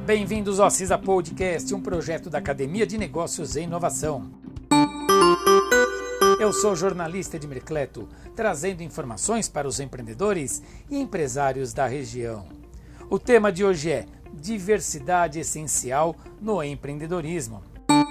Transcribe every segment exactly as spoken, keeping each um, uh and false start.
Bem-vindos ao CISA Podcast, um projeto da Academia de Negócios e Inovação. Eu sou o jornalista Edmir Cleto, trazendo informações para os empreendedores e empresários da região. O tema de hoje é diversidade essencial no empreendedorismo.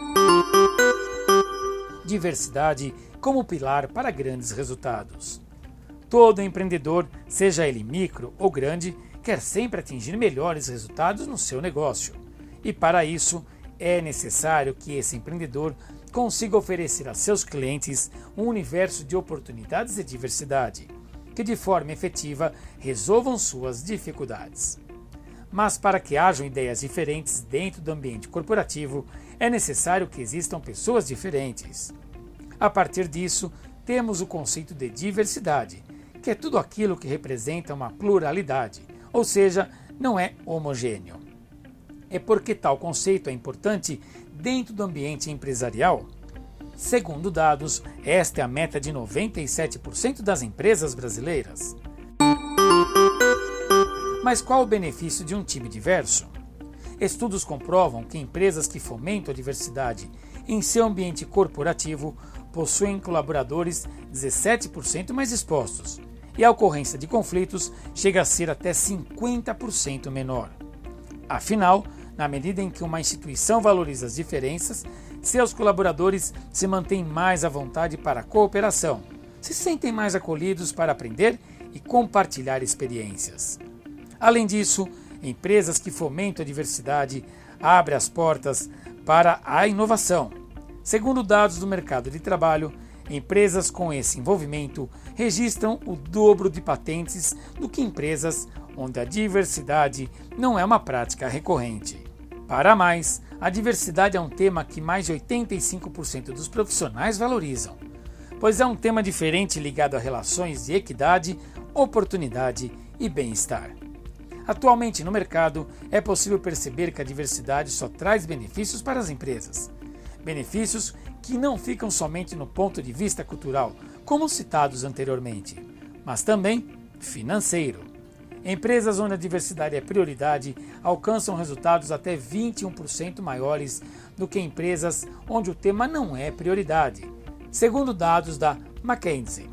Diversidade como pilar para grandes resultados. Todo empreendedor, seja ele micro ou grande, quer sempre atingir melhores resultados no seu negócio. E para isso, é necessário que esse empreendedor consiga oferecer a seus clientes um universo de oportunidades e diversidade, que de forma efetiva resolvam suas dificuldades. Mas para que hajam ideias diferentes dentro do ambiente corporativo, é necessário que existam pessoas diferentes. A partir disso, temos o conceito de diversidade, que é tudo aquilo que representa uma pluralidade, ou seja, não é homogêneo. É porque tal conceito é importante dentro do ambiente empresarial? Segundo dados, esta é a meta de noventa e sete por cento das empresas brasileiras. Mas qual o benefício de um time diverso? Estudos comprovam que empresas que fomentam a diversidade em seu ambiente corporativo possuem colaboradores dezessete por cento mais expostos, e a ocorrência de conflitos chega a ser até cinquenta por cento menor. Afinal, na medida em que uma instituição valoriza as diferenças, seus colaboradores se mantêm mais à vontade para a cooperação, se sentem mais acolhidos para aprender e compartilhar experiências. Além disso, empresas que fomentam a diversidade abrem as portas para a inovação. Segundo dados do mercado de trabalho, empresas com esse envolvimento registram o dobro de patentes do que empresas onde a diversidade não é uma prática recorrente. Para mais, a diversidade é um tema que mais de oitenta e cinco por cento dos profissionais valorizam, pois é um tema diferente ligado a relações de equidade, oportunidade e bem-estar. Atualmente no mercado, é possível perceber que a diversidade só traz benefícios para as empresas. Benefícios que não ficam somente no ponto de vista cultural, como citados anteriormente, mas também financeiro. Empresas onde a diversidade é prioridade alcançam resultados até vinte e um por cento maiores do que empresas onde o tema não é prioridade, segundo dados da McKinsey.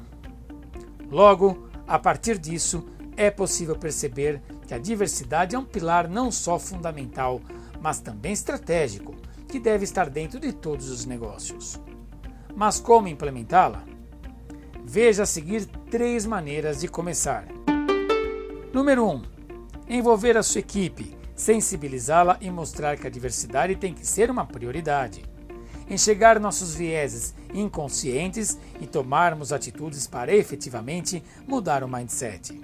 Logo, a partir disso, é possível perceber que a diversidade é um pilar não só fundamental, mas também estratégico, que deve estar dentro de todos os negócios. Mas como implementá-la? Veja a seguir três maneiras de começar. Número um. Envolver a sua equipe, sensibilizá-la e mostrar que a diversidade tem que ser uma prioridade. Enxergar nossos vieses inconscientes e tomarmos atitudes para efetivamente mudar o mindset.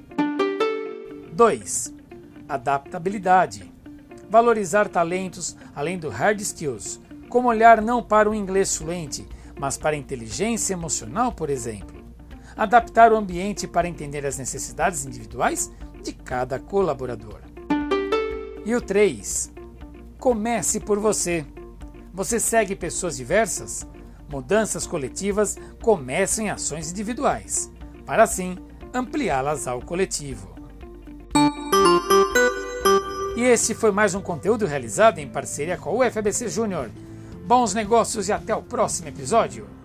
dois. Adaptabilidade. Valorizar talentos além do hard skills, como olhar não para o inglês fluente, mas para a inteligência emocional, por exemplo. Adaptar o ambiente para entender as necessidades individuais de cada colaborador. E o três. Comece por você. Você segue pessoas diversas? Mudanças coletivas começam em ações individuais, para assim ampliá-las ao coletivo. E esse foi mais um conteúdo realizado em parceria com a U F A B C Júnior. Bons negócios e até o próximo episódio!